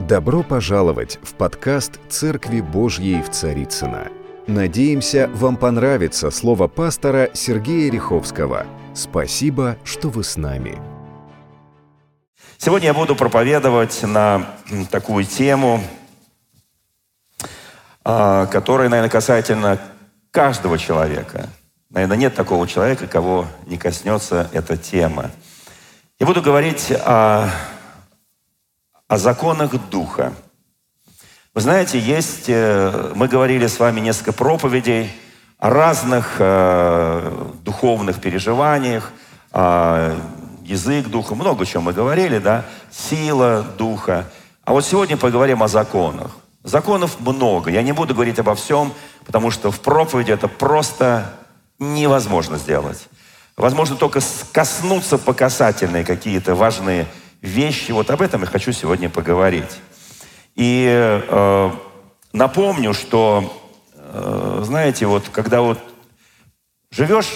Добро пожаловать в подкаст «Церкви Божьей в Царицыно». Надеемся, вам понравится слово пастора Сергея Риховского. Спасибо, что вы с нами. Сегодня я буду проповедовать на такую тему, которая, наверное, касательно каждого человека. Наверное, нет такого человека, кого не коснется эта тема. Я буду говорить о законах Духа. Вы знаете, мы говорили с вами несколько проповедей о разных духовных переживаниях, язык Духа, много чего мы говорили, да, сила Духа. А вот сегодня поговорим о законах. Законов много. Я не буду говорить обо всем, потому что в проповеди это просто невозможно сделать. Возможно только коснуться по касательной какие-то важные вещи. Вот об этом я хочу сегодня поговорить. И напомню, что, знаете, вот когда вот живешь,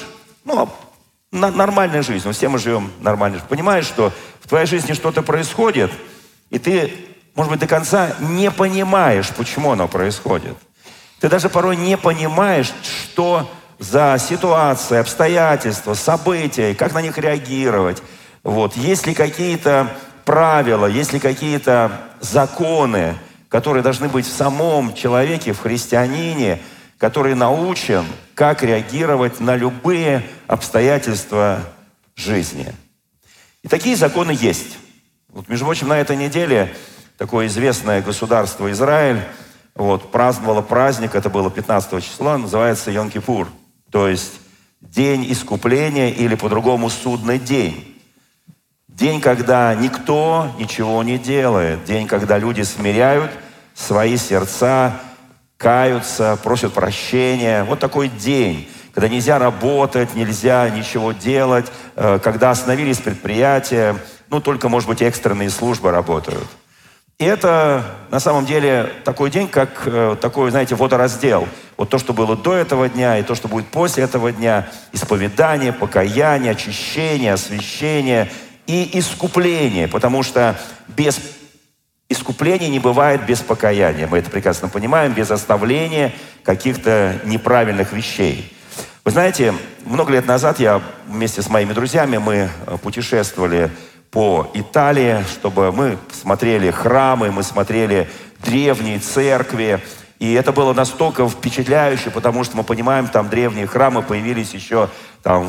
нормальной жизнью, все мы живем нормальной жизнью, понимаешь, что в твоей жизни что-то происходит, и ты, может быть, до конца не понимаешь, почему оно происходит. Ты даже порой не понимаешь, что за ситуации, обстоятельства, события, как на них реагировать. Вот. Есть ли какие-то правила, есть ли какие-то законы, которые должны быть в самом человеке, в христианине, который научен, как реагировать на любые обстоятельства жизни. И такие законы есть. Вот, между прочим, на этой неделе такое известное государство Израиль праздновало праздник, это было 15 числа, называется Йом-Кипур, то есть День искупления или по-другому судный день. День, когда никто ничего не делает. День, когда люди смиряют свои сердца, каются, просят прощения. Вот такой день, когда нельзя работать, нельзя ничего делать, когда остановились предприятия, только, может быть, экстренные службы работают. И это, на самом деле, такой день, как такой, знаете, водораздел. Вот то, что было до этого дня, и то, что будет после этого дня. Исповедание, покаяние, очищение, освящение и искупление. Потому что без искупления не бывает без покаяния. Мы это прекрасно понимаем, без оставления каких-то неправильных вещей. Вы знаете, много лет назад я вместе с моими друзьями, мы путешествовали по Италии, чтобы мы смотрели храмы, мы смотрели древние церкви. И это было настолько впечатляюще, потому что мы понимаем, там древние храмы появились еще там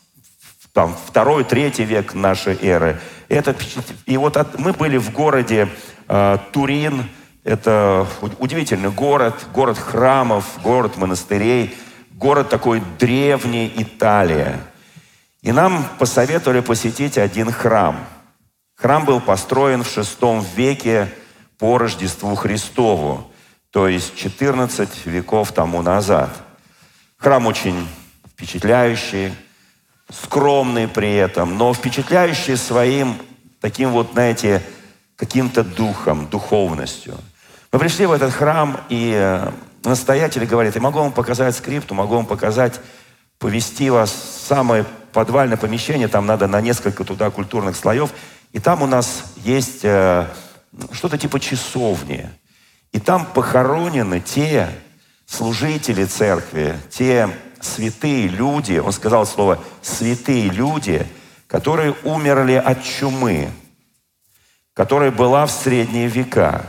2-3 век нашей эры. И вот мы были в городе Турин. Это удивительный город храмов, город монастырей, город такой древний Италия. И нам посоветовали посетить один храм. Храм был построен в VI веке по Рождеству Христову, то есть 14 веков тому назад. Храм очень впечатляющий, скромный при этом, но впечатляющий своим таким знаете, каким-то духом, духовностью. Мы пришли в этот храм, и настоятель говорит: я могу вам показать скрипту, могу вам показать, повести вас в самое подвальное помещение, там надо на несколько туда культурных слоев, и там у нас есть что-то типа часовни. И там похоронены те служители церкви, те святые люди, он сказал слово «святые люди», которые умерли от чумы, которая была в средние века.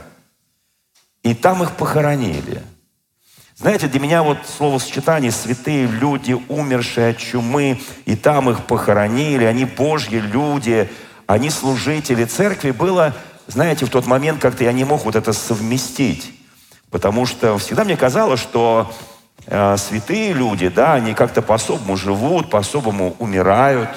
И там их похоронили. Знаете, для меня словосочетание «святые люди, умершие от чумы», и там их похоронили, они Божьи люди, они служители церкви, было, знаете, в тот момент как-то я не мог это совместить. Потому что всегда мне казалось, что святые люди, да, они как-то по-особому живут, по-особому умирают.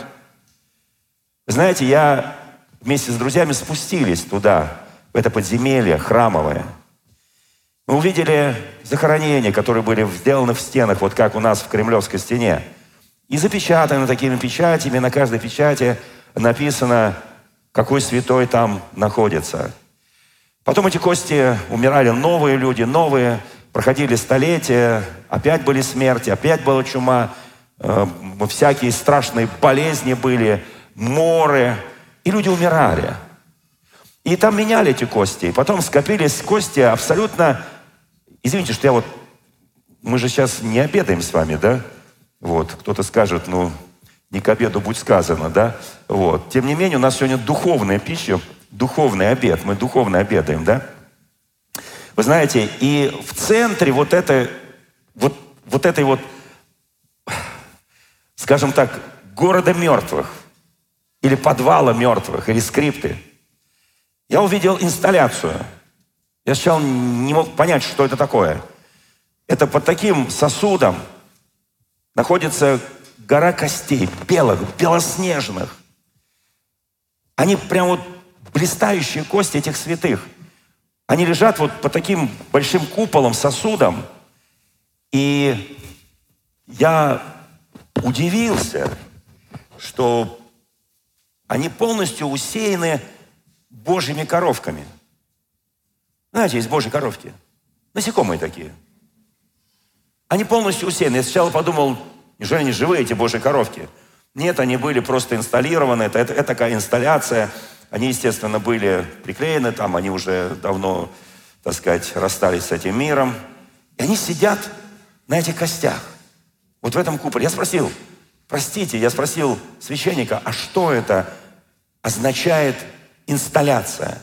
Знаете, я вместе с друзьями спустились туда, в это подземелье храмовое. Мы увидели захоронения, которые были сделаны в стенах, вот как у нас в Кремлевской стене. И запечатаны такими печатями, на каждой печати написано, какой святой там находится. Потом эти кости умирали новые люди, новые, проходили столетия, опять были смерти, опять была чума, всякие страшные болезни были, моры, и люди умирали. И там меняли эти кости. И потом скопились кости абсолютно... Извините, что мы же сейчас не обедаем с вами, да? Вот. Кто-то скажет, не к обеду будь сказано, да? Вот. Тем не менее, у нас сегодня духовная пища, духовный обед. Мы духовно обедаем, да? Вы знаете, и в центре вот этой, скажем так, города мертвых, или подвала мертвых, или скрипты, я увидел инсталляцию. Я сначала не мог понять, что это такое. Это под таким сосудом находится гора костей, белых, белоснежных. Они прям вот блистающие кости этих святых. Они лежат вот под таким большим куполом, сосудом. И я удивился, что они полностью усеяны божьими коровками. Знаете, есть божьи коровки. Насекомые такие. Они полностью усеяны. Я сначала подумал, неужели они живые, эти божьи коровки? Нет, они были просто инсталлированы. Это такая инсталляция. Они, естественно, были приклеены там. Они уже давно, так сказать, расстались с этим миром. И они сидят на этих костях. Вот в этом куполе. Я спросил священника, а что это означает инсталляция?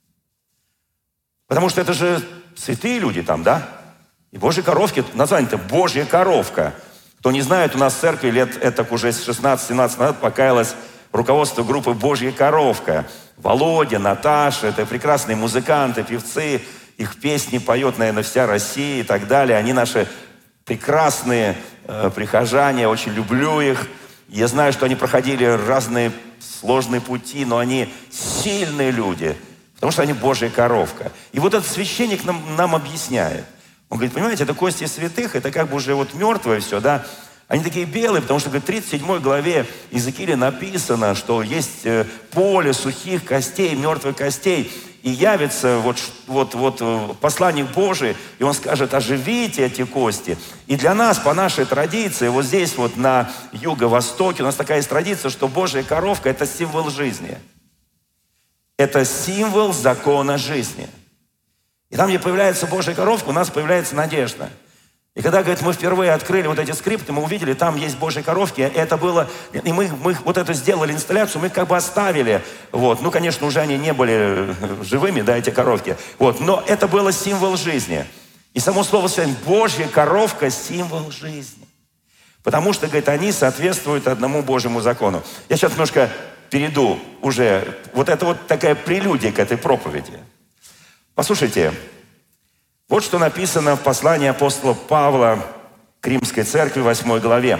Потому что это же святые люди там, да? И божьи коровки, название-то Божья коровка. Кто не знает, у нас в церкви лет этак уже с 16-17 назад покаялось руководство группы «Божья коровка». Володя, Наташа, это прекрасные музыканты, певцы. Их песни поет, наверное, вся Россия и так далее. Они наши прекрасные прихожане, я очень люблю их. Я знаю, что они проходили разные сложные пути, но они сильные люди, потому что они Божья коровка. И вот этот священник нам объясняет. Он говорит, понимаете, это кости святых, это как бы уже вот мертвое все, да? Они такие белые, потому что, говорит, в 37 главе Иезекииля написано, что есть поле сухих костей, мертвых костей. И явится вот посланник Божий, и он скажет, оживите эти кости. И для нас, по нашей традиции, вот здесь вот на юго-востоке, у нас такая есть традиция, что Божья коровка – это символ жизни. Это символ закона жизни. И там, где появляется Божья коровка, у нас появляется надежда. И когда, говорит, мы впервые открыли вот эти скрипты, мы увидели, там есть Божьи коровки, это было, и мы вот это сделали инсталляцию, мы их как бы оставили, вот, конечно, уже они не были живыми, да, эти коровки, вот, но это было символ жизни. И само слово сказать, Божья коровка – символ жизни. Потому что, говорит, они соответствуют одному Божьему закону. Я сейчас немножко перейду уже, вот это вот такая прелюдия к этой проповеди. Послушайте, вот что написано в послании апостола Павла к Римской церкви, 8 главе.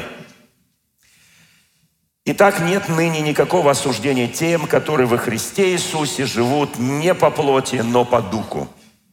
«Итак, нет ныне никакого осуждения тем, которые во Христе Иисусе живут не по плоти, но по духу».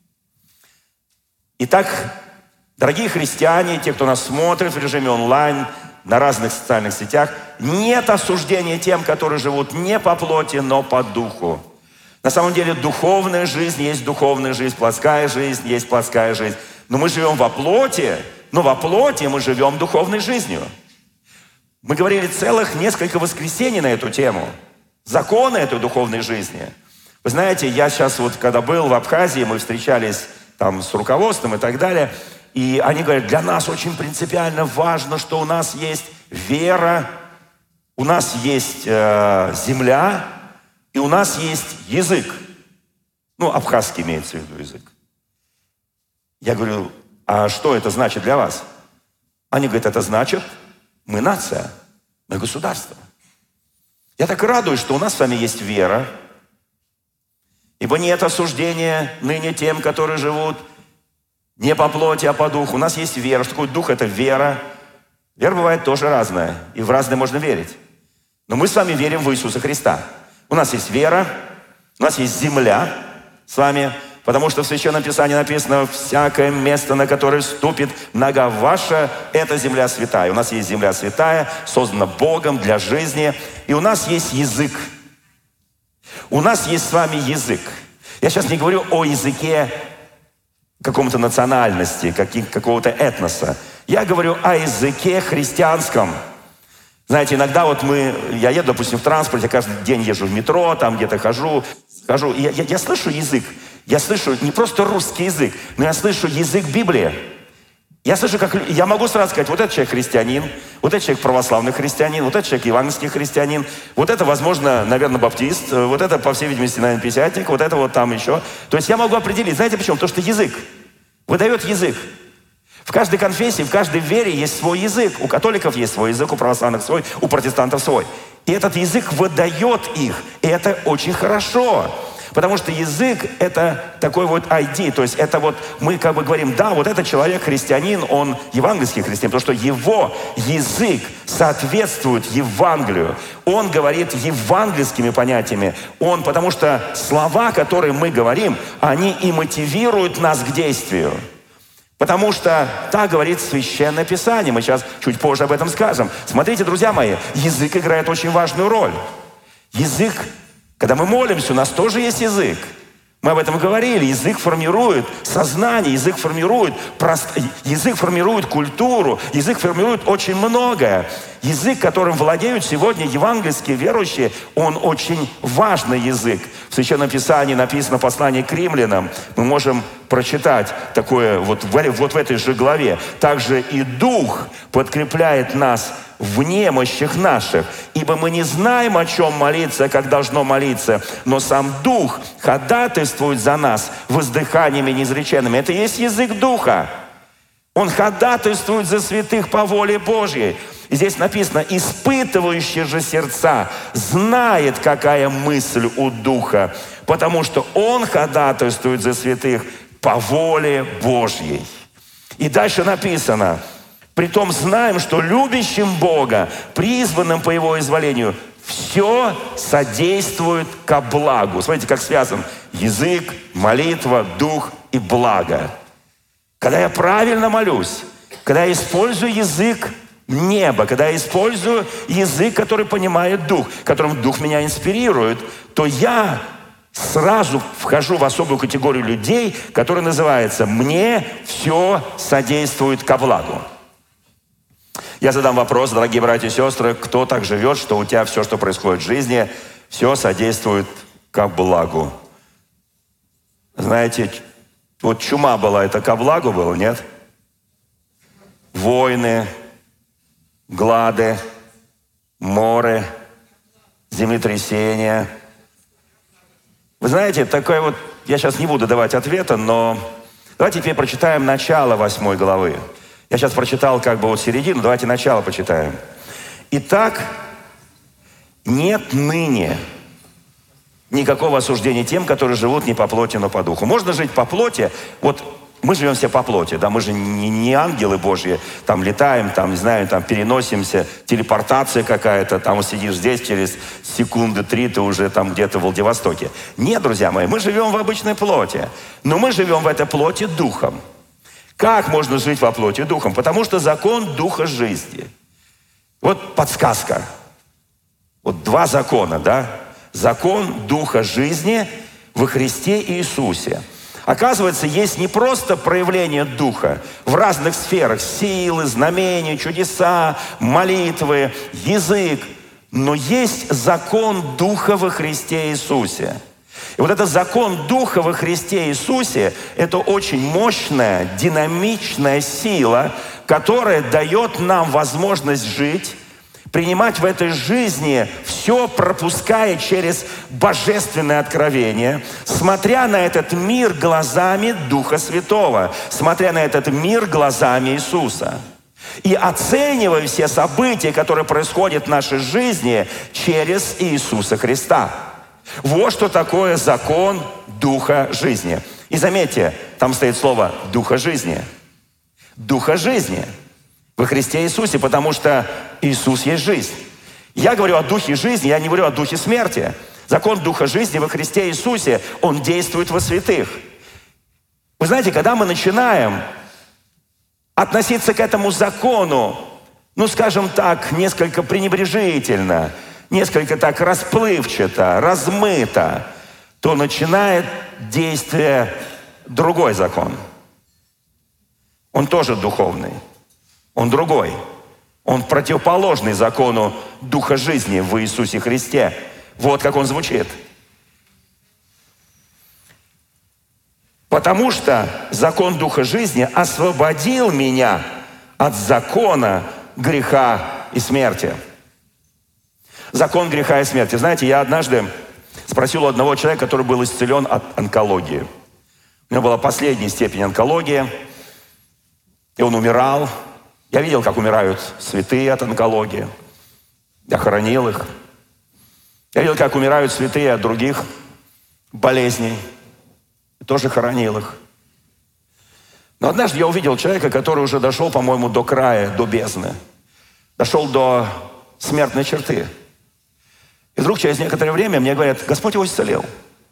Итак, дорогие христиане, те, кто нас смотрит в режиме онлайн, на разных социальных сетях, нет осуждения тем, которые живут не по плоти, но по духу. На самом деле духовная жизнь есть духовная жизнь, плотская жизнь есть плотская жизнь. Но мы живем во плоти, но во плоти мы живем духовной жизнью. Мы говорили целых несколько воскресений на эту тему. Законы этой духовной жизни. Вы знаете, я сейчас вот, когда был в Абхазии, мы встречались там с руководством и так далее, и они говорят, для нас очень принципиально важно, что у нас есть вера, у нас есть земля, и у нас есть язык. Абхазский имеется в виду язык. Я говорю, а что это значит для вас? Они говорят, это значит, мы нация, мы государство. Я так радуюсь, что у нас с вами есть вера, ибо нет осуждения ныне тем, которые живут не по плоти, а по духу. У нас есть вера. Что такое дух? Это вера. Вера бывает тоже разная, и в разное можно верить. Но мы с вами верим в Иисуса Христа. У нас есть вера, у нас есть земля с вами, потому что в Священном Писании написано, всякое место, на которое вступит нога ваша, это земля святая. У нас есть земля святая, создана Богом для жизни, и у нас есть язык. У нас есть с вами язык. Я сейчас не говорю о языке каком-то национальности, какого-то этноса. Я говорю о языке христианском. Знаете, иногда я еду, допустим, в транспорте, каждый день езжу в метро, там где-то хожу. скажу, я слышу язык. Я слышу не просто русский язык, но я слышу язык Библии. Я слышу, я могу сразу сказать, вот этот человек христианин, вот этот человек православный христианин, вот этот человек евангельский христианин, вот это, возможно, наверное, баптист, вот это, по всей видимости, наверное, пятидесятник, вот это вот там еще. То есть я могу определить. Знаете почему? Потому что язык выдает язык. В каждой конфессии, в каждой вере есть свой язык. У католиков есть свой язык, у православных свой, у протестантов свой. И этот язык выдает их. И это очень хорошо. Потому что язык — это такой вот ID, то есть это вот мы как бы говорим, да, вот этот человек христианин, он евангельский христианин, потому что его язык соответствует Евангелию. Он говорит евангельскими понятиями. Потому что слова, которые мы говорим, они и мотивируют нас к действию. Потому что так говорит Священное Писание. Мы сейчас чуть позже об этом скажем. Смотрите, друзья мои, язык играет очень важную роль. Язык, когда мы молимся, у нас тоже есть язык. Мы об этом говорили. Язык формирует сознание, язык формирует культуру, язык формирует очень многое. Язык, которым владеют сегодня евангельские верующие, он очень важный язык. В Священном Писании написано послание к римлянам. Мы можем прочитать такое вот в этой же главе. «Также и Дух подкрепляет нас в немощах наших, ибо мы не знаем, о чем молиться, как должно молиться, но сам Дух ходатайствует за нас воздыханиями неизреченными». Это и есть язык Духа. Он ходатайствует за святых по воле Божьей. И здесь написано: «Испытывающий же сердца знает, какая мысль у Духа, потому что Он ходатайствует за святых по воле Божьей». И дальше написано: «Притом знаем, что любящим Бога, призванным по Его изволению, все содействует ко благу». Смотрите, как связан язык, молитва, дух и благо. Когда я правильно молюсь, когда я использую язык неба, когда я использую язык, который понимает Дух, которым Дух меня инспирирует, то я сразу вхожу в особую категорию людей, которая называется «мне все содействует ко благу». Я задам вопрос, дорогие братья и сестры, кто так живет, что у тебя все, что происходит в жизни, все содействует ко благу? Знаете, вот чума была, это ко благу было, нет? Войны, глады, моры, землетрясения. Вы знаете, такое вот, я сейчас не буду давать ответа, но давайте теперь прочитаем начало 8 главы. Я сейчас прочитал как бы вот середину, давайте начало почитаем. «Итак, нет ныне никакого осуждения тем, которые живут не по плоти, но по духу». Можно жить по плоти, вот мы живем все по плоти, да, мы же не ангелы Божьи, там летаем, там, не знаю, там переносимся, телепортация какая-то, там сидишь здесь, через секунды 3 ты уже там где-то в Владивостоке. Нет, друзья мои, мы живем в обычной плоти, но мы живем в этой плоти духом. Как можно жить во плоти духом? Потому что закон духа жизни. Вот подсказка. Вот 2 закона, да? Закон духа жизни во Христе Иисусе. Оказывается, есть не просто проявление духа в разных сферах: силы, знамения, чудеса, молитвы, язык. Но есть закон духа во Христе Иисусе. И вот этот закон Духа во Христе Иисусе – это очень мощная, динамичная сила, которая дает нам возможность жить, принимать в этой жизни все, пропуская через божественное откровение, смотря на этот мир глазами Духа Святого, смотря на этот мир глазами Иисуса. И оценивая все события, которые происходят в нашей жизни через Иисуса Христа. Вот что такое закон Духа жизни. И заметьте, там стоит слово «Духа жизни». Духа жизни во Христе Иисусе, потому что Иисус есть жизнь. Я говорю о Духе жизни, я не говорю о Духе смерти. Закон Духа жизни во Христе Иисусе, он действует во святых. Вы знаете, когда мы начинаем относиться к этому закону, ну, скажем так, несколько пренебрежительно, несколько так расплывчато, размыто, то начинает действие другой закон. Он тоже духовный, он другой. Он противоположный закону Духа жизни в Иисусе Христе. Вот как он звучит. Потому что закон Духа жизни освободил меня от закона греха и смерти. Закон греха и смерти. Знаете, я однажды спросил у одного человека, который был исцелен от онкологии. У него была последняя степень онкологии, и он умирал. Я видел, как умирают святые от онкологии. Я хоронил их. Я видел, как умирают святые от других болезней. Тоже хоронил их. Но однажды я увидел человека, который уже дошел, по-моему, до края, до бездны. Дошел до смертной черты. И вдруг через некоторое время мне говорят: Господь его исцелил.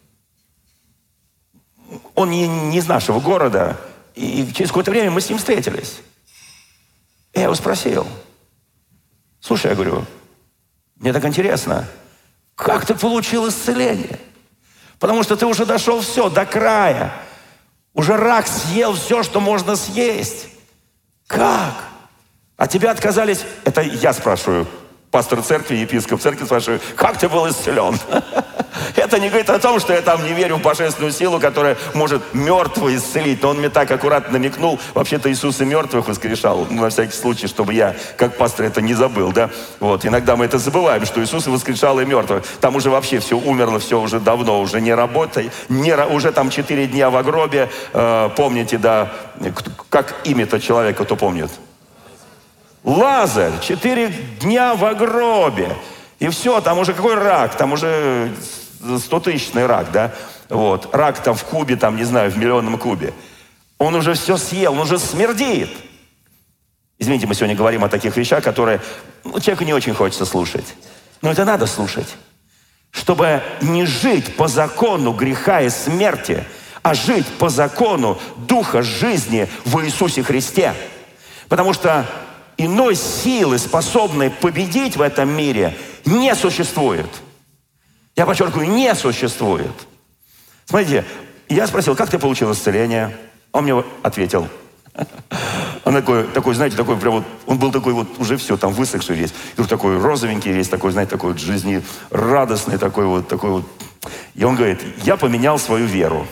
Он не из нашего города. И через какое-то время мы с ним встретились. И я его спросил: слушай, я говорю, мне так интересно, как ты получил исцеление? Потому что ты уже дошел все, до края. Уже рак съел все, что можно съесть. Как? А тебя отказались... Это я спрашиваю, пастор церкви, епископ церкви, спрашиваю, как ты был исцелен? Это не говорит о том, что я там не верю в божественную силу, которая может мертвого исцелить. Но он мне так аккуратно намекнул. Вообще-то Иисус и мертвых воскрешал. Ну, на всякий случай, чтобы я, как пастор, это не забыл, да? Вот. Иногда мы это забываем, что Иисус и воскрешал и мертвых. Там уже вообще все умерло, все уже давно, уже не работает. Уже там 4 дня в гробе. Помните, да? Как имя-то человека, кто помнит? Лазарь. 4 дня в гробе. И все, там уже какой рак? Там уже 100-тысячный рак, да? Вот. Рак там в кубе, там, не знаю, в миллионном кубе. Он уже все съел, он уже смердит. Извините, мы сегодня говорим о таких вещах, которые человеку не очень хочется слушать. Но это надо слушать. Чтобы не жить по закону греха и смерти, а жить по закону Духа жизни в Иисусе Христе. Потому что иной силы, способной победить в этом мире, не существует. Я подчеркиваю, не существует. Смотрите, я спросил, как ты получил исцеление? Он мне ответил. Он такой, знаете, такой прям вот, он был такой вот, уже все, там высохший весь. И вот такой розовенький весь, такой, знаете, такой вот жизнерадостный, такой вот. И он говорит, я поменял свою веру.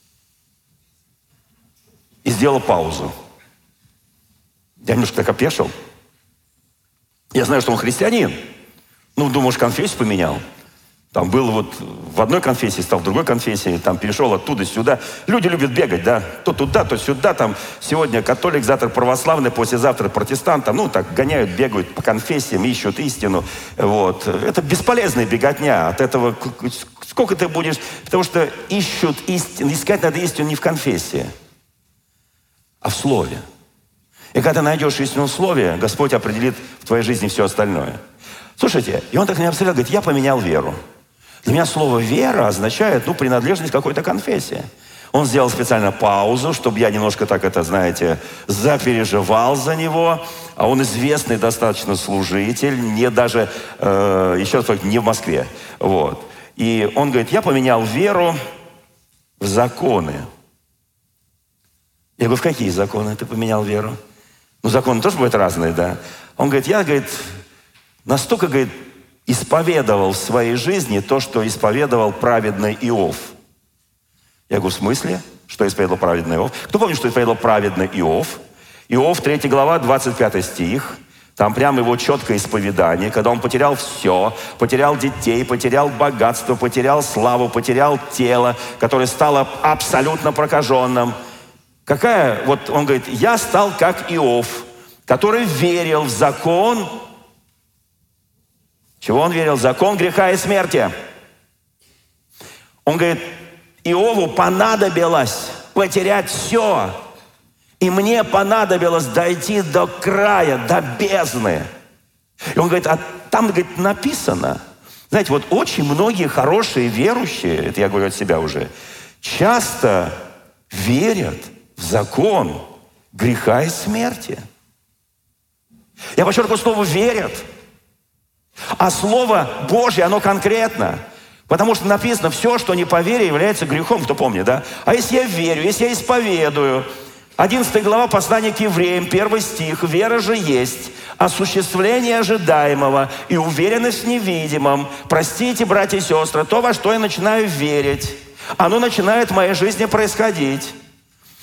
И сделал паузу. Я немножко так опешил. Я знаю, что он христианин. Ну, думаешь, конфессию поменял. Там был вот в одной конфессии, стал в другой конфессии, там перешел оттуда сюда. Люди любят бегать, да, то туда, то сюда, там сегодня католик, завтра православный, послезавтра протестант, там, ну, так гоняют, бегают по конфессиям, ищут истину, вот. Это бесполезная беготня, от этого сколько ты будешь, потому что ищут истину, искать надо истину не в конфессии, а в слове. И когда ты найдешь истину в слове, Господь определит в твоей жизни все остальное. Слушайте, и он так меня обстрелил, говорит, я поменял веру. Для меня слово «вера» означает, принадлежность к какой-то конфессии. Он сделал специально паузу, чтобы я немножко так это, знаете, запереживал за него. А он известный достаточно служитель, не даже, еще раз говорю, не в Москве. Вот. И он говорит, я поменял веру в законы. Я говорю, в какие законы ты поменял веру? Ну, законы тоже бывают разные, да? Он говорит, я, настолько, исповедовал в своей жизни то, что исповедовал праведный Иов. Я говорю, в смысле? Что исповедовал праведный Иов? Кто помнит, что исповедовал праведный Иов? Иов, 3 глава, 25 стих. Там прямо его четкое исповедание, когда он потерял все, потерял детей, потерял богатство, потерял славу, потерял тело, которое стало абсолютно прокаженным. Он говорит, я стал как Иов, который верил в закон. Чего он верил? Закон греха и смерти. Он говорит, Иову понадобилось потерять все. И мне понадобилось дойти до края, до бездны. И он говорит, там, написано. Знаете, вот очень многие хорошие верующие, это я говорю от себя уже, часто верят в закон греха и смерти. Я подчеркиваю слово «верят». А Слово Божье, оно конкретно. Потому что написано, все, что не по вере, является грехом, кто помнит, да? А если я верю, если я исповедую, 11 глава послания к евреям, 1 стих, вера же есть осуществление ожидаемого и уверенность в невидимом. Простите, братья и сестры, то, во что я начинаю верить, оно начинает в моей жизни происходить.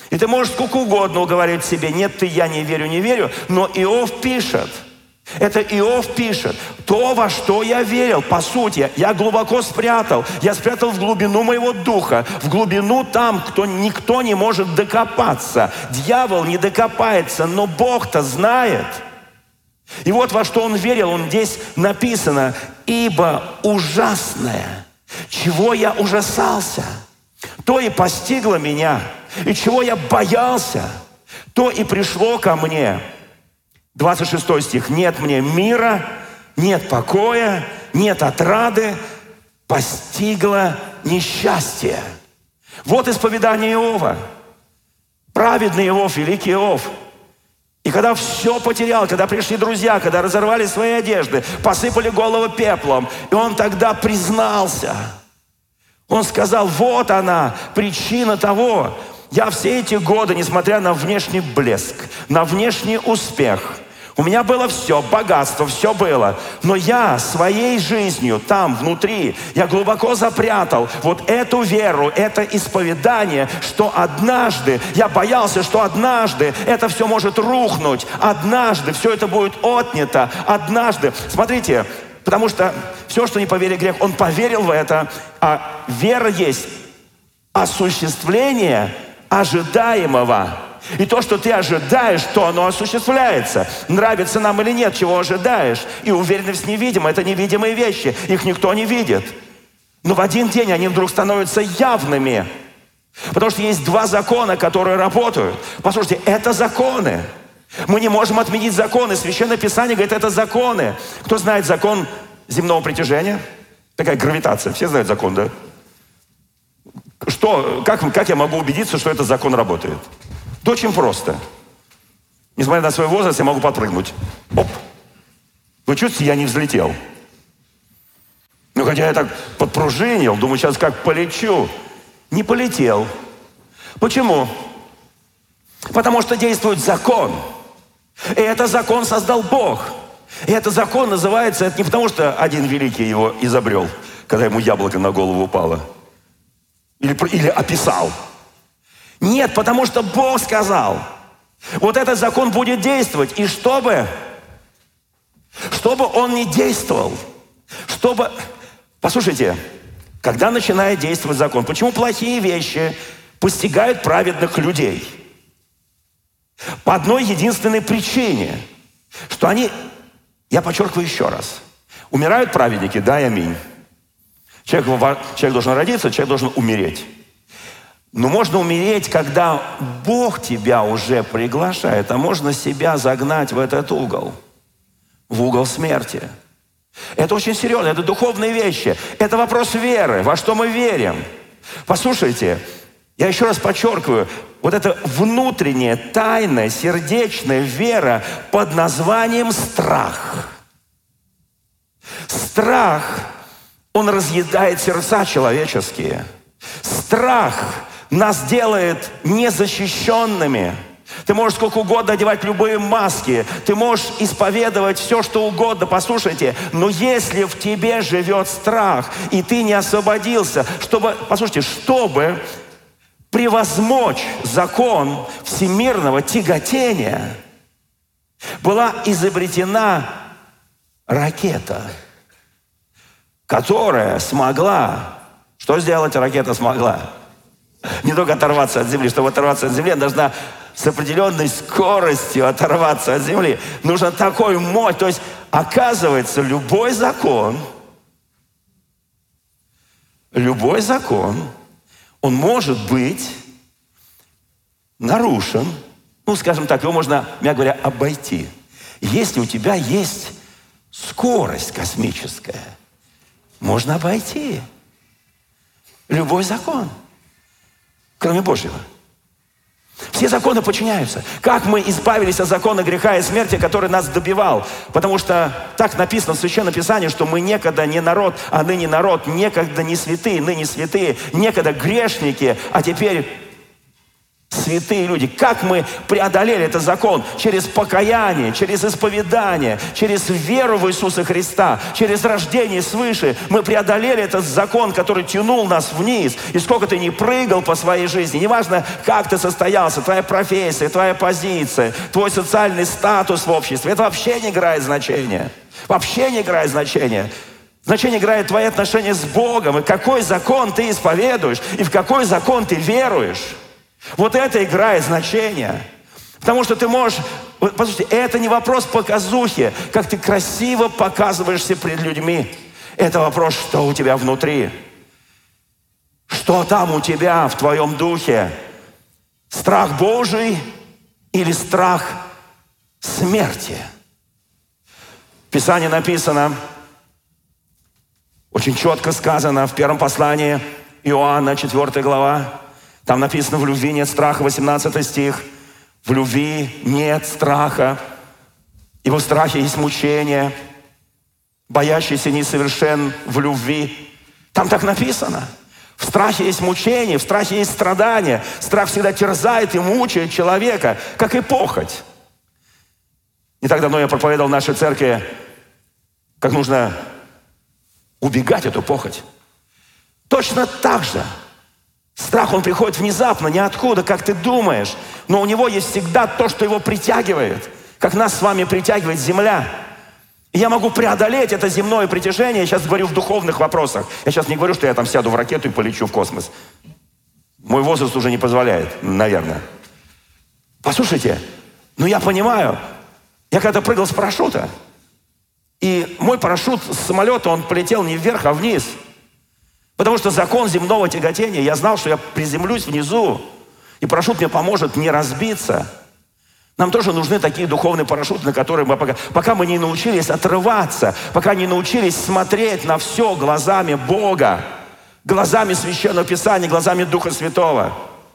И ты можешь сколько угодно уговорить себе, нет, я не верю, но Иов пишет. Это Иов пишет. То, во что я верил, по сути, я глубоко спрятал. Я спрятал в глубину моего духа, в глубину там, никто не может докопаться. Дьявол не докопается, но Бог-то знает. И вот во что он верил, здесь написано: «Ибо ужасное, чего я ужасался, то и постигло меня, и чего я боялся, то и пришло ко мне». 26 стих. «Нет мне мира, нет покоя, нет отрады, постигло несчастье». Вот исповедание Иова. Праведный Иов, великий Иов. И когда все потерял, когда пришли друзья, когда разорвали свои одежды, посыпали голову пеплом, и он тогда признался. Он сказал: вот она, причина того. Я все эти годы, несмотря на внешний блеск, на внешний успех, у меня было все, богатство, все было. Но я своей жизнью там, внутри, я глубоко запрятал вот эту веру, это исповедание, что однажды, я боялся, что однажды это все может рухнуть, однажды все это будет отнято, однажды. Смотрите, потому что все, что не поверил грех, он поверил в это, а вера есть осуществление ожидаемого. И то, что ты ожидаешь, то оно осуществляется. Нравится нам или нет, чего ожидаешь. И уверенность невидима. Это невидимые вещи. Их никто не видит. Но в один день они вдруг становятся явными. Потому что есть два закона, которые работают. Послушайте, это законы. Мы не можем отменить законы. Священное Писание говорит, это законы. Кто знает закон земного притяжения? Такая гравитация. Все знают закон, да? Как я могу убедиться, что этот закон работает? Да очень просто. Несмотря на свой возраст, я могу подпрыгнуть. Оп! Вы чувствуете, я не взлетел. Ну, хотя я так подпружинил, думаю, сейчас как полечу. Не полетел. Почему? Потому что действует закон. И этот закон создал Бог. И этот закон называется, это не потому, что один великий его изобрел, когда ему яблоко на голову упало. Или описал. Нет, потому что Бог сказал. Вот этот закон будет действовать. И чтобы он не действовал, Послушайте, когда начинает действовать закон, почему плохие вещи постигают праведных людей? По одной единственной причине, что я подчеркиваю еще раз, умирают праведники, да и аминь. Человек должен родиться, человек должен умереть. Но можно умереть, когда Бог тебя уже приглашает, а можно себя загнать в этот угол, в угол смерти. Это очень серьезно, это духовные вещи. Это вопрос веры, во что мы верим. Послушайте, я еще раз подчеркиваю, вот эта внутренняя, тайная, сердечная вера под названием страх. Страх, он разъедает сердца человеческие. Страх нас делает незащищенными. Ты можешь сколько угодно одевать любые маски. Ты можешь исповедовать все, что угодно. Послушайте, но если в тебе живет страх, и ты не освободился, чтобы превозмочь закон всемирного тяготения, была изобретена ракета, которая смогла... Что сделать ракета смогла? Не только оторваться от Земли. Чтобы оторваться от Земли, она должна с определенной скоростью оторваться от Земли. Нужно такой мощь. То есть, оказывается, любой закон, он может быть нарушен. Ну, скажем так, его можно, мягко говоря, обойти. Если у тебя есть скорость космическая, можно обойти любой закон, кроме Божьего. Все законы подчиняются. Как мы избавились от закона греха и смерти, который нас добивал? Потому что так написано в Священном Писании, что мы некогда не народ, а ныне народ, некогда не святые, ныне святые, некогда грешники, а теперь святые люди. Как мы преодолели этот закон? Через покаяние, через исповедание, через веру в Иисуса Христа, через рождение свыше. Мы преодолели этот закон, который тянул нас вниз. И сколько ты ни прыгал по своей жизни, неважно, как ты состоялся, твоя профессия, твоя позиция, твой социальный статус в обществе, это вообще не играет значения. Вообще не играет значения. Значение играет твои отношения с Богом, и какой закон ты исповедуешь, и в какой закон ты веруешь. Вот это играет значение. Потому что ты можешь... Послушайте, это не вопрос показухи, как ты красиво показываешься перед людьми. Это вопрос, что у тебя внутри. Что там у тебя в твоем духе? Страх Божий или страх смерти? В Писании написано... Очень четко сказано в первом послании Иоанна, 4 глава. Там написано: в любви нет страха, 18 стих. В любви нет страха, ибо в страхе есть мучение. Боящийся несовершен в любви. Там так написано. В страхе есть мучение, в страхе есть страдания. Страх всегда терзает и мучает человека, как и похоть. Не так давно я проповедовал в нашей церкви, как нужно убегать эту похоть. Точно так же. Страх, он приходит внезапно, ниоткуда, как ты думаешь. Но у него есть всегда то, что его притягивает. Как нас с вами притягивает земля. И я могу преодолеть это земное притяжение. Я сейчас говорю в духовных вопросах. Я сейчас не говорю, что я там сяду в ракету и полечу в космос. Мой возраст уже не позволяет, наверное. Послушайте, я понимаю. Я когда прыгал с парашюта, и мой парашют с самолета, он полетел не вверх, а вниз. Потому что закон земного тяготения, я знал, что я приземлюсь внизу, и парашют мне поможет не разбиться. Нам тоже нужны такие духовные парашюты, на которые мы пока мы не научились отрываться, пока не научились смотреть на все глазами Бога, глазами Священного Писания, глазами Духа Святого.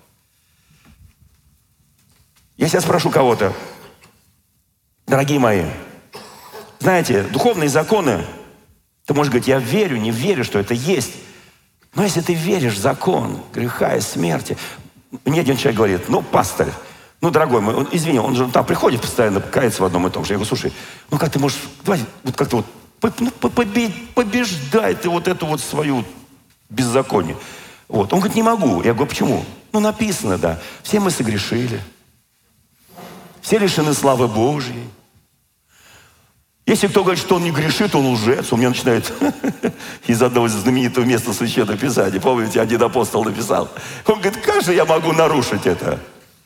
Я сейчас спрошу кого-то: дорогие мои, знаете, духовные законы, ты можешь говорить: я верю, не верю, что это есть. Но если ты веришь в закон греха и смерти... Мне один человек говорит: пастырь, дорогой мой, извини, он же там приходит постоянно, кается в одном и том же. Я говорю: слушай, как ты можешь, давай, как-то побеждай ты эту свою беззаконие. Он говорит: не могу. Я говорю: почему? Написано, да, все мы согрешили. Все лишены славы Божьей. Если кто говорит, что он не грешит, он лжец. У меня начинает из одного знаменитого места Священного Писания. Помните, один апостол написал. Он говорит: как же я могу нарушить это?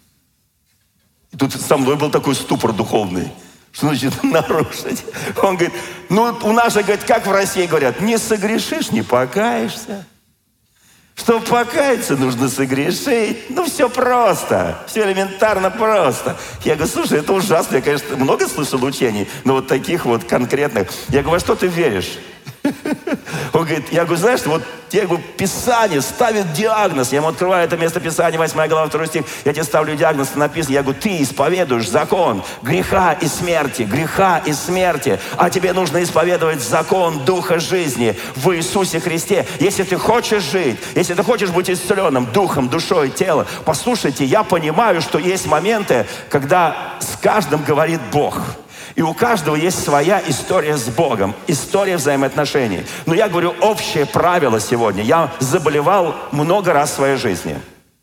И тут со мной был такой ступор духовный. Что значит нарушить? Он говорит: у нас же, говорит, как в России говорят, не согрешишь, не покаешься. Чтобы покаяться, нужно согрешить. Все просто. Все элементарно просто. Я говорю: слушай, это ужасно. Я, конечно, много слышал учений, но таких конкретных. Я говорю: а что ты веришь? Он говорит: я говорю: знаешь, Писание ставит диагноз. Я ему открываю это место Писания, 8 глава, 2 стих. Я тебе ставлю диагноз, написано. Я говорю: ты исповедуешь закон греха и смерти. Греха и смерти. А тебе нужно исповедовать закон Духа жизни в Иисусе Христе. Если ты хочешь жить, если ты хочешь быть исцеленным духом, душой, телом. Послушайте, я понимаю, что есть моменты, когда с каждым говорит Бог. И у каждого есть своя история с Богом, история взаимоотношений. Но я говорю общее правило сегодня. Я заболевал много раз в своей жизни.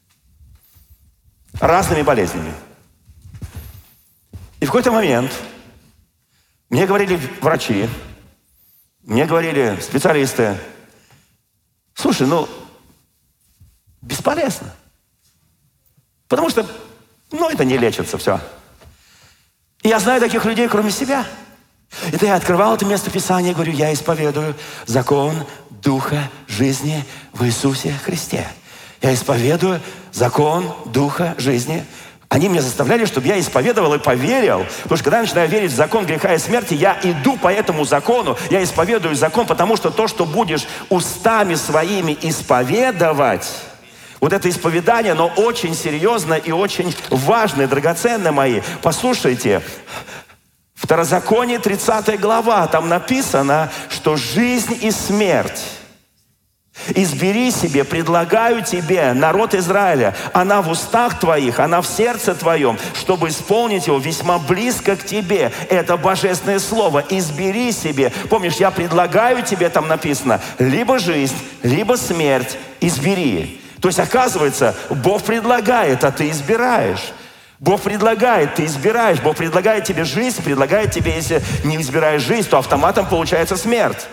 Разными болезнями. И в какой-то момент мне говорили врачи, мне говорили специалисты: слушай, бесполезно. Потому что, это не лечится, все. И я знаю таких людей, кроме себя. Это я открывал это место Писания и говорю: я исповедую закон Духа жизни в Иисусе Христе. Я исповедую закон Духа жизни. Они меня заставляли, чтобы я исповедовал и поверил. Потому что когда я начинаю верить в закон греха и смерти, я иду по этому закону, я исповедую закон, потому что то, что будешь устами своими исповедовать, это исповедание, оно очень серьезно и очень важное, драгоценные мои. Послушайте, Второзаконие, 30 глава, там написано, что жизнь и смерть Избери себе, предлагаю тебе, народ Израиля, она в устах твоих, она в сердце твоем, чтобы исполнить его весьма близко к тебе. Это божественное слово. Избери себе. Помнишь, я предлагаю тебе, там написано, либо жизнь, либо смерть. Избери. То есть, оказывается, Бог предлагает, а ты избираешь. Бог предлагает, ты избираешь. Бог предлагает тебе жизнь, предлагает тебе, если не избираешь жизнь, то автоматом получается смерть.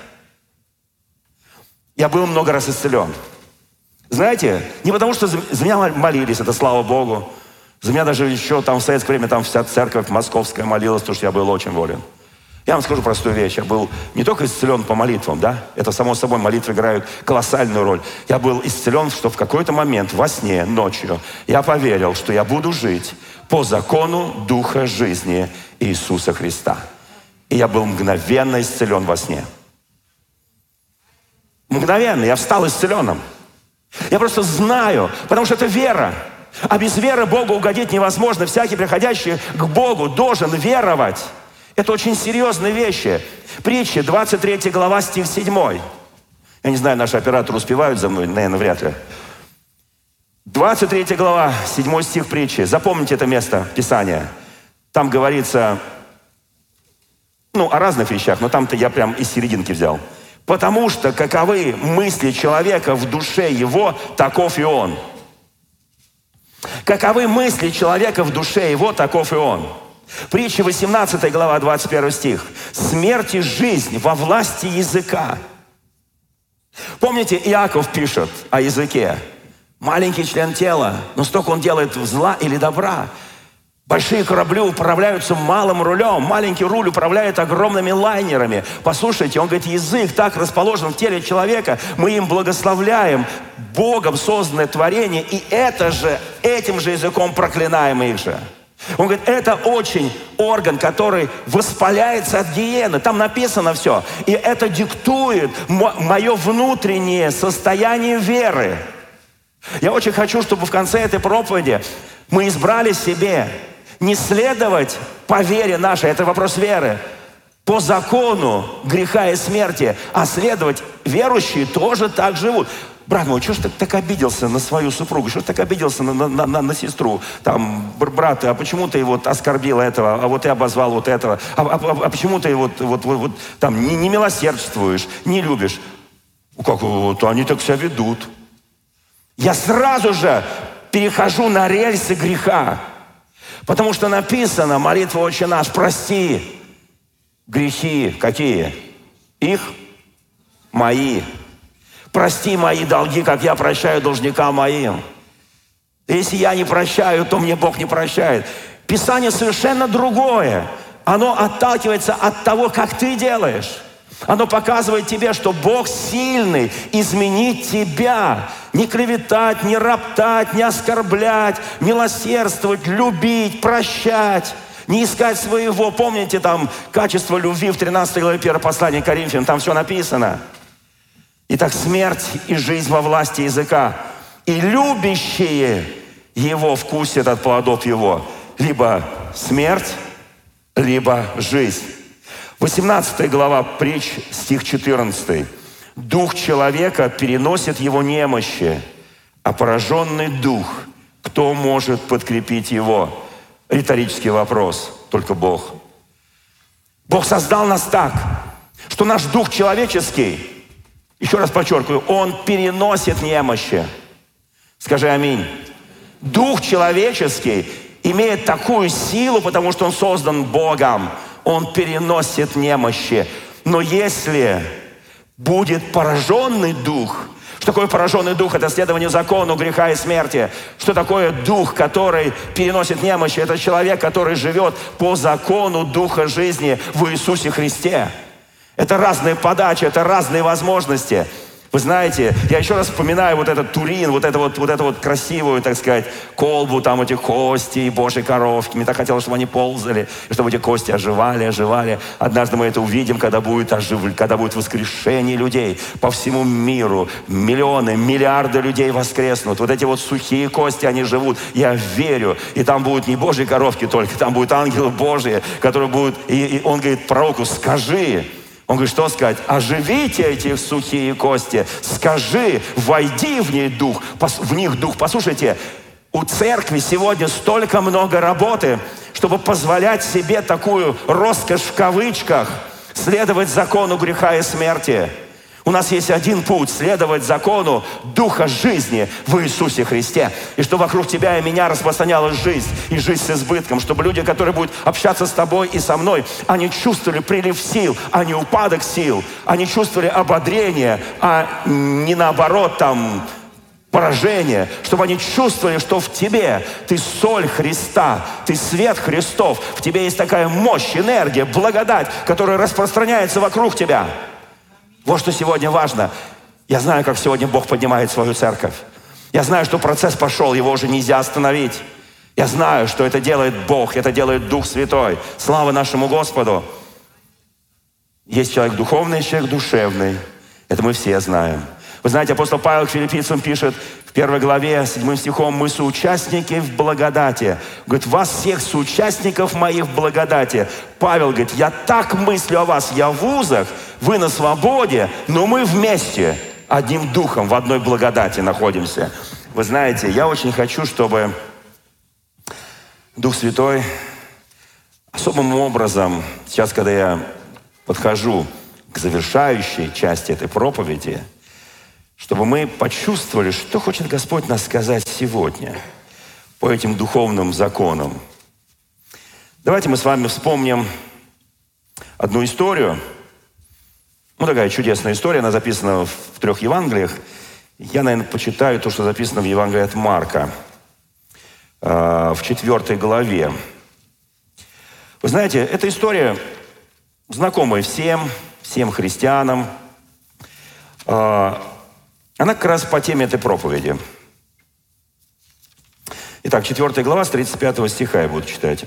Я был много раз исцелен. Знаете, не потому что за меня молились, это слава Богу. За меня даже еще там в советское время там вся церковь московская молилась, потому что я был очень болен. Я вам скажу простую вещь. Я был не только исцелен по молитвам, да? Это, само собой, молитвы играют колоссальную роль. Я был исцелен, что в какой-то момент во сне, ночью, я поверил, что я буду жить по закону Духа жизни Иисуса Христа. И я был мгновенно исцелен во сне. Мгновенно. Я встал исцеленным. Я просто знаю, потому что это вера. А без веры Богу угодить невозможно. Всякий, приходящий к Богу, должен веровать. Это очень серьезные вещи. Притча, 23 глава, стих 7. Я не знаю, наши операторы успевают за мной? Наверное, вряд ли. 23 глава, 7 стих притчи. Запомните это место Писания. Там говорится, о разных вещах, но там-то я прям из серединки взял. Потому что каковы мысли человека в душе его, таков и он. Каковы мысли человека в душе его, таков и он. Притча 18 глава, 21 стих. Смерть и жизнь во власти языка. Помните, Иаков пишет о языке. Маленький член тела, но столько он делает зла или добра. Большие корабли управляются малым рулем. Маленький руль управляет огромными лайнерами. Послушайте, он говорит, язык так расположен в теле человека. Мы им благословляем Богом созданное творение. И этим же языком проклинаем их же. Он говорит, это очень орган, который воспаляется от гиены. Там написано все. И это диктует мое внутреннее состояние веры. Я очень хочу, чтобы в конце этой проповеди мы избрали себе не следовать по вере нашей, это вопрос веры, по закону греха и смерти, а следовать верующие тоже так живут. Брат мой, что ж ты так обиделся на свою супругу? Что ж ты так обиделся на сестру? Там, брат, а почему ты вот оскорбил этого, а вот ты обозвал вот этого? А почему ты вот там не милосердствуешь, не любишь? Как вот они так себя ведут? Я сразу же перехожу на рельсы греха. Потому что написано, молитва «Отче наш», прости грехи. Какие? Их? Мои. Прости мои долги, как я прощаю должникам моим. Если я не прощаю, то мне Бог не прощает. Писание совершенно другое. Оно отталкивается от того, как ты делаешь. Оно показывает тебе, что Бог сильный изменить тебя. Не клеветать, не роптать, не оскорблять, милосердствовать, любить, прощать, не искать своего. Помните там качество любви в 13 главе 1 послания к Коринфянам? Там все написано. Итак, смерть и жизнь во власти языка. И любящие его вкусят от плодов его. Либо смерть, либо жизнь. 18 глава притч, стих 14. Дух человека переносит его немощи, а пораженный дух, кто может подкрепить его? Риторический вопрос, только Бог. Бог создал нас так, что наш дух человеческий, еще раз подчеркиваю, он переносит немощи. Скажи аминь. Дух человеческий имеет такую силу, потому что он создан Богом. Он переносит немощи. Но если будет пораженный дух, что такое пораженный дух? Это следование закону греха и смерти. Что такое дух, который переносит немощи? Это человек, который живет по закону Духа жизни в Иисусе Христе. Это разные подачи, это разные возможности. Вы знаете, я еще раз вспоминаю вот этот Турин, вот эту красивую, так сказать, колбу, там эти кости и божьи коровки. Мне так хотелось, чтобы они ползали, и чтобы эти кости оживали. Однажды мы это увидим, когда будет воскрешение людей по всему миру. Миллионы, миллиарды людей воскреснут. Вот эти вот сухие кости, они живут. Я верю. И там будут не божьи коровки только, там будут ангелы Божьи, которые будут... И он говорит пророку, скажи... Он говорит, что сказать? Оживите эти сухие кости, скажи, войди в них дух, Послушайте, у церкви сегодня столько много работы, чтобы позволять себе такую роскошь в кавычках, следовать закону греха и смерти. У нас есть один путь – следовать закону Духа жизни в Иисусе Христе. И что вокруг тебя и меня распространялась жизнь, и жизнь с избытком. Чтобы люди, которые будут общаться с тобой и со мной, они чувствовали прилив сил, а не упадок сил. Они чувствовали ободрение, а не наоборот там поражение. Чтобы они чувствовали, что в тебе ты соль Христа, ты свет Христов. В тебе есть такая мощь, энергия, благодать, которая распространяется вокруг тебя. Вот что сегодня важно. Я знаю, как сегодня Бог поднимает свою церковь. Я знаю, что процесс пошел, его уже нельзя остановить. Я знаю, что это делает Бог, это делает Дух Святой. Слава нашему Господу. Есть человек духовный, есть человек душевный. Это мы все знаем. Вы знаете, апостол Павел к филиппийцам пишет в 1 главе, 7 стихом, «Мы соучастники в благодати». Говорит, вас всех соучастников моих в благодати. Павел говорит, я так мыслю о вас, я в узах, вы на свободе, но мы вместе, одним духом, в одной благодати находимся. Вы знаете, я очень хочу, чтобы Дух Святой особым образом, сейчас, когда я подхожу к завершающей части этой проповеди, чтобы мы почувствовали, что хочет Господь нас сказать сегодня по этим духовным законам. Давайте мы с вами вспомним одну историю. Такая чудесная история, она записана в 3 Евангелиях. Я, наверное, почитаю то, что записано в Евангелии от Марка, в 4 главе. Вы знаете, эта история знакомая всем христианам. Она как раз по теме этой проповеди. Итак, 4 глава, с 35 стиха я буду читать.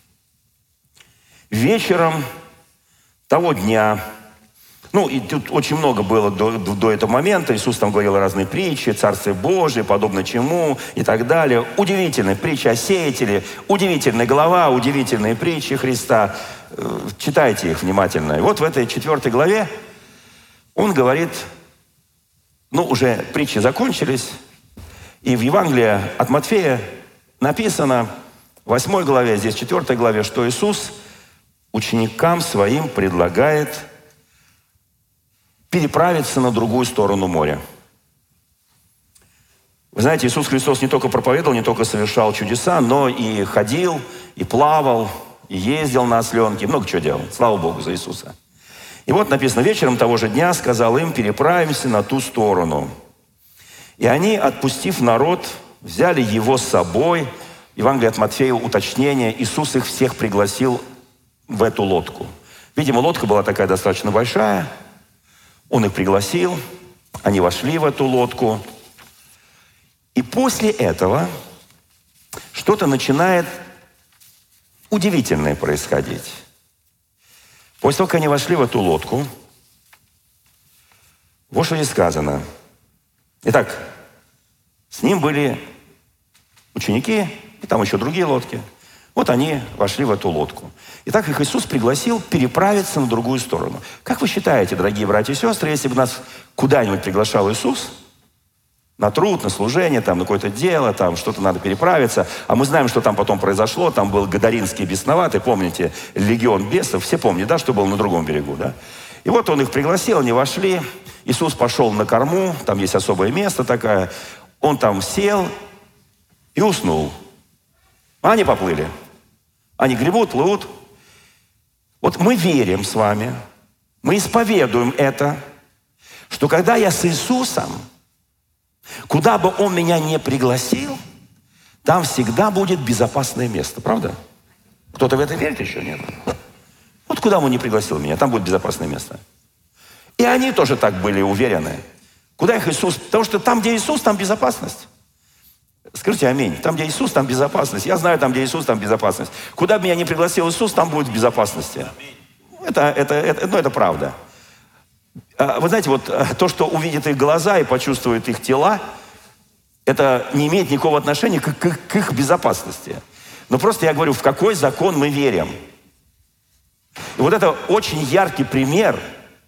«Вечером того дня...» и тут очень много было до этого момента. Иисус там говорил разные притчи, Царствие Божие, подобно чему и так далее. Удивительная притча о сеятеле, удивительная глава, удивительные притчи Христа. Читайте их внимательно. И вот в этой 4 главе он говорит... уже притчи закончились, и в Евангелии от Матфея написано, в 8 главе, здесь 4 главе, что Иисус ученикам своим предлагает переправиться на другую сторону моря. Вы знаете, Иисус Христос не только проповедовал, не только совершал чудеса, но и ходил, и плавал, и ездил на осленке, много чего делал. Слава Богу за Иисуса. И вот написано, вечером того же дня сказал им, переправимся на ту сторону. И они, отпустив народ, взяли его с собой. Евангелие от Матфея, уточнение, Иисус их всех пригласил в эту лодку. Видимо, лодка была такая достаточно большая. Он их пригласил, они вошли в эту лодку. И после этого что-то начинает удивительное происходить. После того, как они вошли в эту лодку, вот что здесь сказано. Итак, с ним были ученики, и там еще другие лодки. Вот они вошли в эту лодку. Итак, их Иисус пригласил переправиться на другую сторону. Как вы считаете, дорогие братья и сестры, если бы нас куда-нибудь приглашал Иисус, на труд, на служение, там, на какое-то дело, там, что-то надо переправиться. А мы знаем, что там потом произошло. Там был Гадаринский бесноватый, помните, легион бесов. Все помнят, да, что был на другом берегу, да? И вот он их пригласил, они вошли. Иисус пошел на корму, там есть особое место такое. Он там сел и уснул. А они поплыли. Они гребут, плывут. Вот мы верим с вами, мы исповедуем это, что когда я с Иисусом, куда бы Он меня не пригласил, там всегда будет безопасное место. Правда? Кто-то в это верит еще? Нет? Вот куда Он не пригласил меня, там будет безопасное место. И они тоже так были уверены. Куда их Иисус? Потому что там, где Иисус, там безопасность. Скажите аминь. Там, где Иисус, там безопасность. Я знаю, там, где Иисус, там безопасность. Куда бы меня не пригласил Иисус, там будет в безопасности. Это правда. Вы знаете, вот то, что увидит их глаза и почувствует их тела, это не имеет никакого отношения к их безопасности. Но просто я говорю, в какой закон мы верим. И вот это очень яркий пример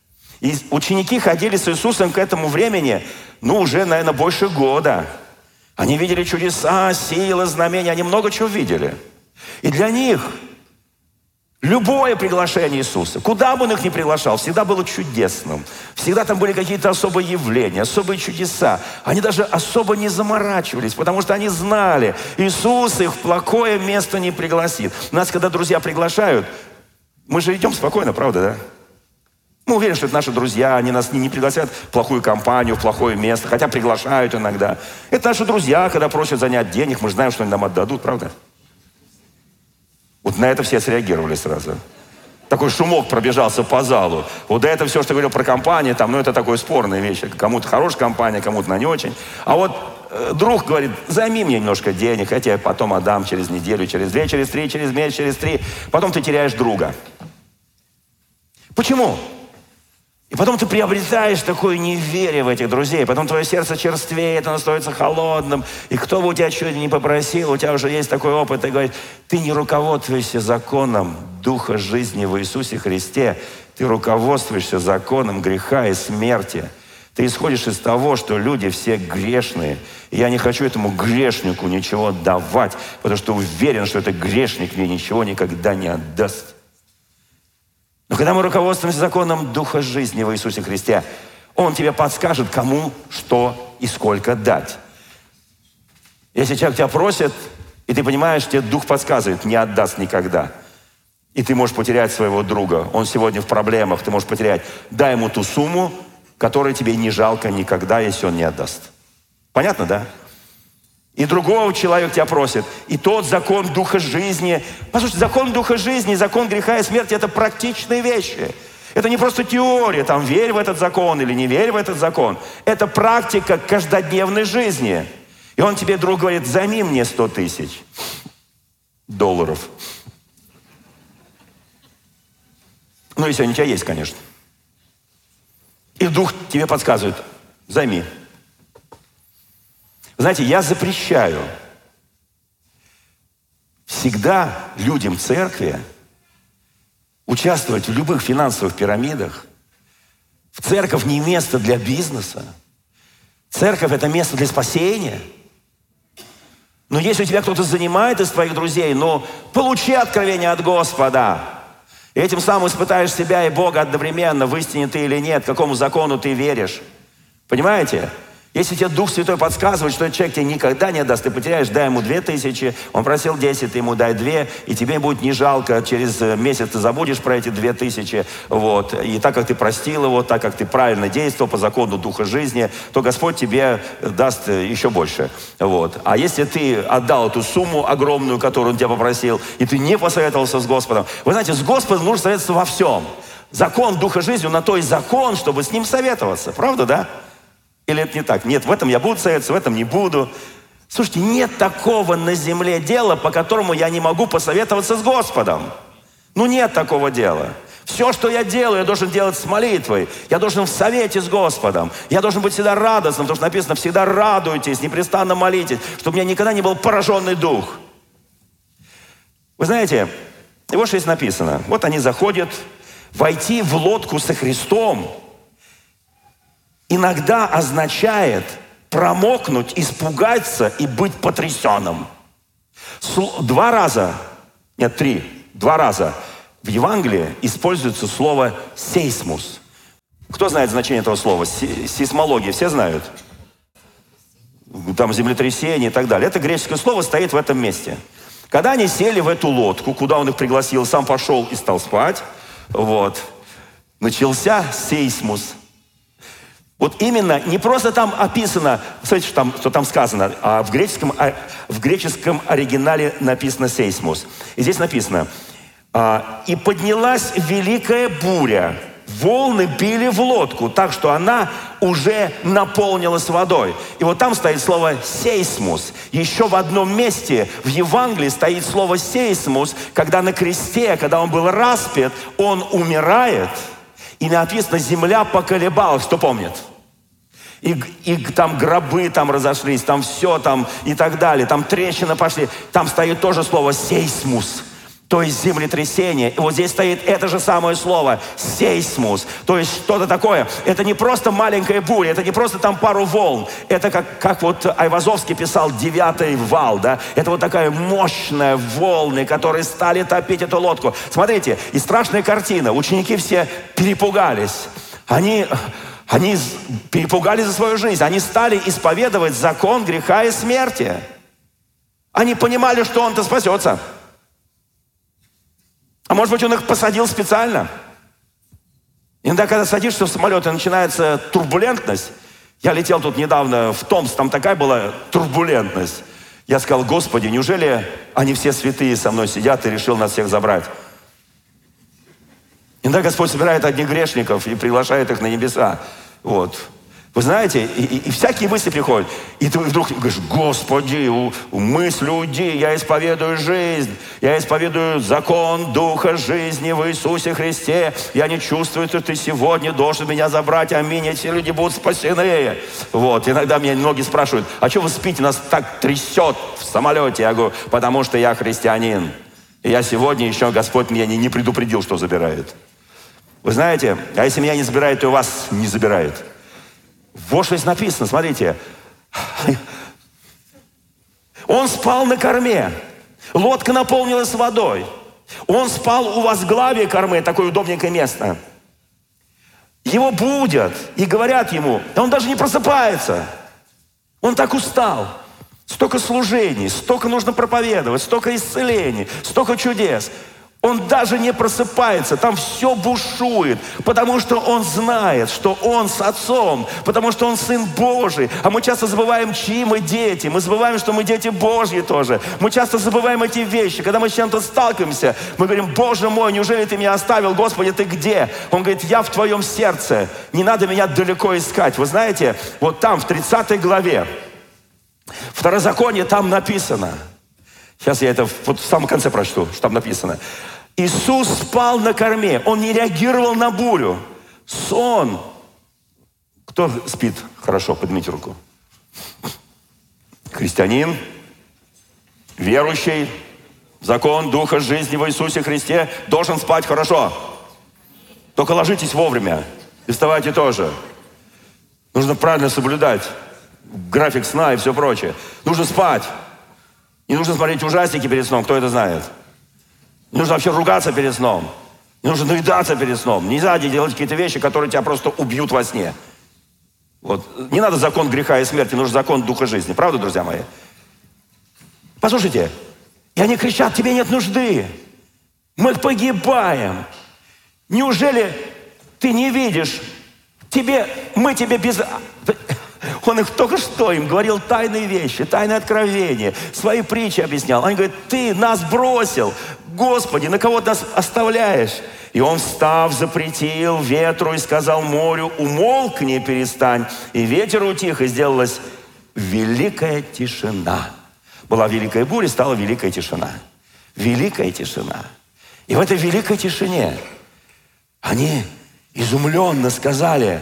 И ученики ходили с Иисусом к этому времени, уже, наверное, больше года. Они видели чудеса, силы, знамения, они много чего видели. И для них любое приглашение Иисуса, куда бы он их ни приглашал, всегда было чудесным. Всегда там были какие-то особые явления, особые чудеса. Они даже особо не заморачивались, потому что они знали, Иисус их в плохое место не пригласит. Нас, когда друзья приглашают, мы же идем спокойно, правда, да? Мы уверены, что это наши друзья, они нас не пригласят в плохую компанию, в плохое место, хотя приглашают иногда. Это наши друзья, когда просят занять денег, мы же знаем, что они нам отдадут, правда? Вот на это все среагировали сразу. Такой шумок пробежался по залу. Вот это все, что я говорил про компании, это такая спорная вещь. Кому-то хорошая компания, кому-то не очень. А вот друг говорит, займи мне немножко денег, я тебе потом отдам через неделю, через 2, через 3, через месяц, через 3. Потом ты теряешь друга. Почему? И потом ты приобретаешь такое неверие в этих друзей. Потом твое сердце черствеет, оно становится холодным. И кто бы у тебя что-то не попросил, у тебя уже есть такой опыт. И говорит, ты не руководствуешься законом Духа жизни в Иисусе Христе. Ты руководствуешься законом греха и смерти. Ты исходишь из того, что люди все грешные. И я не хочу этому грешнику ничего давать, потому что уверен, что этот грешник мне ничего никогда не отдаст. Но когда мы руководствуемся законом Духа жизни в Иисусе Христе, Он тебе подскажет, кому, что и сколько дать. Если человек тебя просит, и ты понимаешь, тебе Дух подсказывает, не отдаст никогда. И ты можешь потерять своего друга. Он сегодня в проблемах, ты можешь потерять. Дай ему ту сумму, которой тебе не жалко никогда, если он не отдаст. Понятно, да? И другого человека тебя просит. И тот закон Духа жизни. Послушайте, закон Духа жизни, закон греха и смерти – это практичные вещи. Это не просто теория, верь в этот закон или не верь в этот закон. Это практика каждодневной жизни. И он тебе, друг, говорит, займи мне $100 000. Если они у тебя есть, конечно. И Дух тебе подсказывает, займи. Знаете, я запрещаю всегда людям церкви участвовать в любых финансовых пирамидах. В церковь не место для бизнеса. Церковь – это место для спасения. Но если у тебя кто-то занимает из твоих друзей, получи откровение от Господа. И этим самым испытаешь себя и Бога одновременно, в истине ты или нет, какому закону ты веришь. Понимаете? Если тебе Дух Святой подсказывает, что этот человек тебе никогда не отдаст, ты потеряешь, дай ему 2000, он просил 10, ты ему дай 2, и тебе будет не жалко, через месяц ты забудешь про эти 2000, и так как ты простил его, так как ты правильно действовал по закону Духа жизни, то Господь тебе даст еще больше, А если ты отдал эту сумму огромную, которую он тебя попросил, и ты не посоветовался с Господом, вы знаете, с Господом нужно советоваться во всем. Закон Духа жизни, он на то и закон, чтобы с ним советоваться, правда, да? Или это не так? Нет, в этом я буду советоваться, в этом не буду. Слушайте, нет такого на земле дела, по которому я не могу посоветоваться с Господом. Нет такого дела. Все, что я делаю, я должен делать с молитвой. Я должен в совете с Господом. Я должен быть всегда радостным, потому что написано, всегда радуйтесь, непрестанно молитесь, чтобы у меня никогда не был пораженный дух. Вы знаете, и вот что здесь написано. Вот они заходят, войти в лодку со Христом иногда означает промокнуть, испугаться и быть потрясенным. 2 раза в Евангелии используется слово «сейсмус». Кто знает значение этого слова? Сейсмология, все знают? Там землетрясение и так далее. Это греческое слово стоит в этом месте. Когда они сели в эту лодку, куда он их пригласил, сам пошел и стал спать, начался сейсмус. Вот именно, не просто там описано, смотрите, что там сказано, а в греческом оригинале написано «сейсмус». И здесь написано, «И поднялась великая буря, волны били в лодку, так что она уже наполнилась водой». И вот там стоит слово «сейсмус». Еще в одном месте в Евангелии стоит слово «сейсмус», когда на кресте, когда он был распят, он умирает, и написано «земля поколебалась». Кто помнит? И там гробы там разошлись, там все там и так далее, там трещины пошли. Там стоит тоже слово «сейсмус». то есть землетрясение. И вот здесь стоит это же самое слово сейсмус, то есть что-то такое. Это не просто маленькая буря, это не просто там пару волн. Это как вот Айвазовский писал 9-й вал, да? Это вот такая мощная волны, которые стали топить эту лодку. Смотрите, и страшная картина. Ученики все перепугались. Они перепугались за свою жизнь. Они стали исповедовать закон греха и смерти. Они понимали, что он-то спасется. А может быть, он их посадил специально. Иногда, когда садишься в самолет и начинается турбулентность, я летел тут недавно в Томск, там такая была турбулентность. Я сказал: Господи, неужели они все святые со мной сидят и решил нас всех забрать? Иногда Господь собирает одних грешников и приглашает их на небеса. Вот. Вы знаете, и всякие мысли приходят. И ты вдруг говоришь: Господи, мысль уйди, я исповедую жизнь, я исповедую закон Духа жизни в Иисусе Христе. Я не чувствую, что ты сегодня должен меня забрать, аминь, и все люди будут спасены. Вот. Иногда меня многие спрашивают: а что вы спите, нас так трясет в самолете? Я говорю: потому что я христианин. И я сегодня еще, Господь меня не предупредил, что забирает. Вы знаете, а если меня не забирает, то и вас не забирает. Вот что здесь написано, смотрите. Он спал на корме. Лодка наполнилась водой. Он спал у возглавия кормы, такое удобненькое место. Его будят и говорят ему, да он даже не просыпается. Он так устал. Столько служений, столько нужно проповедовать, столько исцелений, столько чудес. Он даже не просыпается, там все бушует, потому что он знает, что он с Отцом, потому что он Сын Божий. А мы часто забываем, чьи мы дети. Мы забываем, что мы дети Божьи тоже. Мы часто забываем эти вещи. Когда мы с чем-то сталкиваемся, мы говорим: Боже мой, неужели ты меня оставил? Господи, ты где? Он говорит: я в твоем сердце. Не надо меня далеко искать. Вы знаете, вот там, в 30 главе, Второзаконие, там написано. Сейчас я это вот в самом конце прочту, что там написано. Иисус спал на корме. Он не реагировал на бурю. Сон. Кто спит хорошо? Поднимите руку. Христианин, верующий, закон Духа жизни в Иисусе Христе должен спать хорошо. Только ложитесь вовремя. И вставайте тоже. Нужно правильно соблюдать график сна и все прочее. Нужно спать. Не нужно смотреть ужастики перед сном. Кто это знает? Не нужно вообще ругаться перед сном. Не нужно наедаться перед сном. Нельзя делать какие-то вещи, которые тебя просто убьют во сне. Вот. Не надо закон греха и смерти, нужен закон Духа жизни. Правда, друзья мои? Послушайте. И они кричат: тебе нет нужды. Мы погибаем. Неужели ты не видишь? Мы тебе без... Он их только что им говорил тайные вещи, тайные откровения, свои притчи объяснял. Они говорят: ты нас бросил. Господи, на кого ты нас оставляешь? И он, встав, запретил ветру и сказал морю: умолкни, перестань. И ветер утих, и сделалась великая тишина. Была великая буря, стала великая тишина. Великая тишина. И в этой великой тишине они изумленно сказали: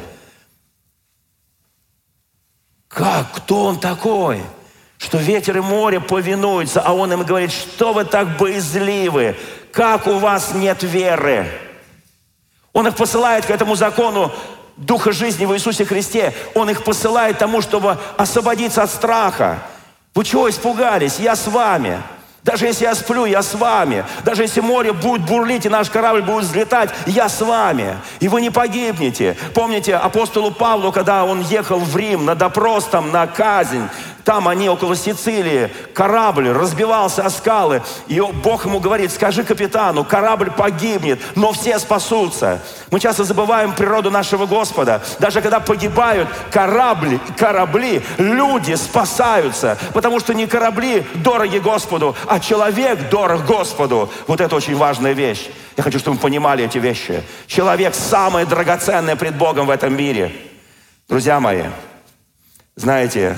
как? Кто он такой? Что ветер и море повинуются, а он им говорит: что вы так боязливы? Как у вас нет веры? Он их посылает к этому закону Духа жизни в Иисусе Христе. Он их посылает тому, чтобы освободиться от страха. Вы чего испугались? Я с вами. Даже если я сплю, я с вами. Даже если море будет бурлить и наш корабль будет взлетать, я с вами. И вы не погибнете. Помните апостолу Павлу, когда он ехал в Рим на допрос, там, на казнь, там они около Сицилии, корабль разбивался о скалы. И Бог ему говорит: скажи капитану, корабль погибнет, но все спасутся. Мы часто забываем природу нашего Господа. Даже когда погибают корабли, люди спасаются. Потому что не корабли дороги Господу, а человек дорог Господу. Вот это очень важная вещь. Я хочу, чтобы вы понимали эти вещи. Человек самое драгоценное пред Богом в этом мире. Друзья мои, знаете,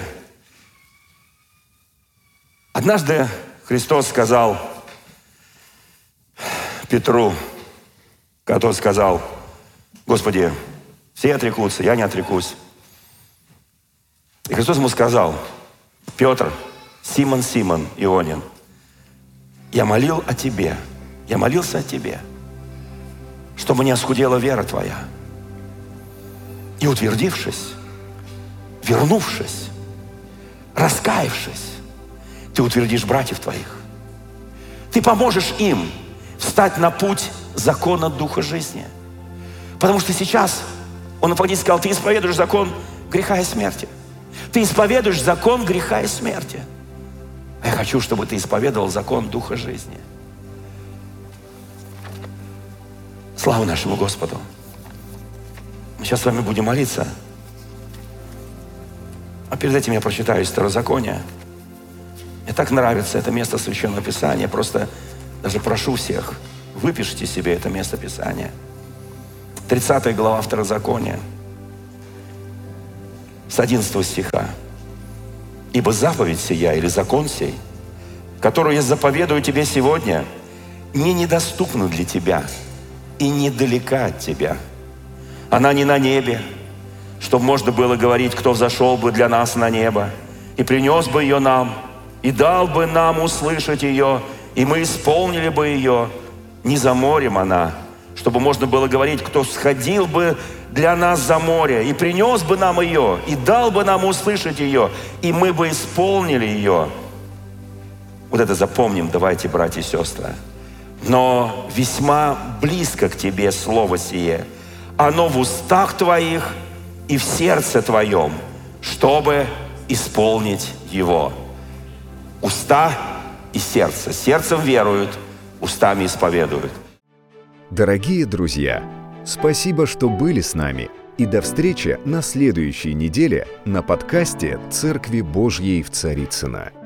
однажды Христос сказал Петру, который сказал: Господи, все отрекутся, я не отрекусь. И Христос ему сказал: Петр, Симон, Симон, Ионин, я молил о тебе. Я молился о Тебе, чтобы не оскудела вера Твоя. И утвердившись, вернувшись, раскаявшись, Ты утвердишь братьев Твоих. Ты поможешь им встать на путь закона Духа жизни. Потому что сейчас он фактически сказал: ты исповедуешь закон греха и смерти. Ты исповедуешь закон греха и смерти. А я хочу, чтобы ты исповедовал закон Духа жизни. Слава нашему Господу! Мы сейчас с вами будем молиться. А перед этим я прочитаю из Второзакония. Мне так нравится это место Священного Писания. Просто даже прошу всех, выпишите себе это место Писания. 30 глава Второзакония, с 11 стиха. «Ибо заповедь сия, или закон сей, которую я заповедую тебе сегодня, не недоступна для тебя и недалека от тебя. Она не на небе, чтобы можно было говорить, кто взошел бы для нас на небо, и принес бы ее нам, и дал бы нам услышать ее, и мы исполнили бы ее. Не за морем она, чтобы можно было говорить, кто сходил бы для нас за море, и принес бы нам ее, и дал бы нам услышать ее, и мы бы исполнили ее». Вот это запомним, давайте, братья и сестры. «Но весьма близко к тебе слово сие, оно в устах твоих и в сердце твоем, чтобы исполнить его». Уста и сердце. Сердцем веруют, устами исповедуют. Дорогие друзья, спасибо, что были с нами. И до встречи на следующей неделе на подкасте «Церкви Божьей в Царицыно».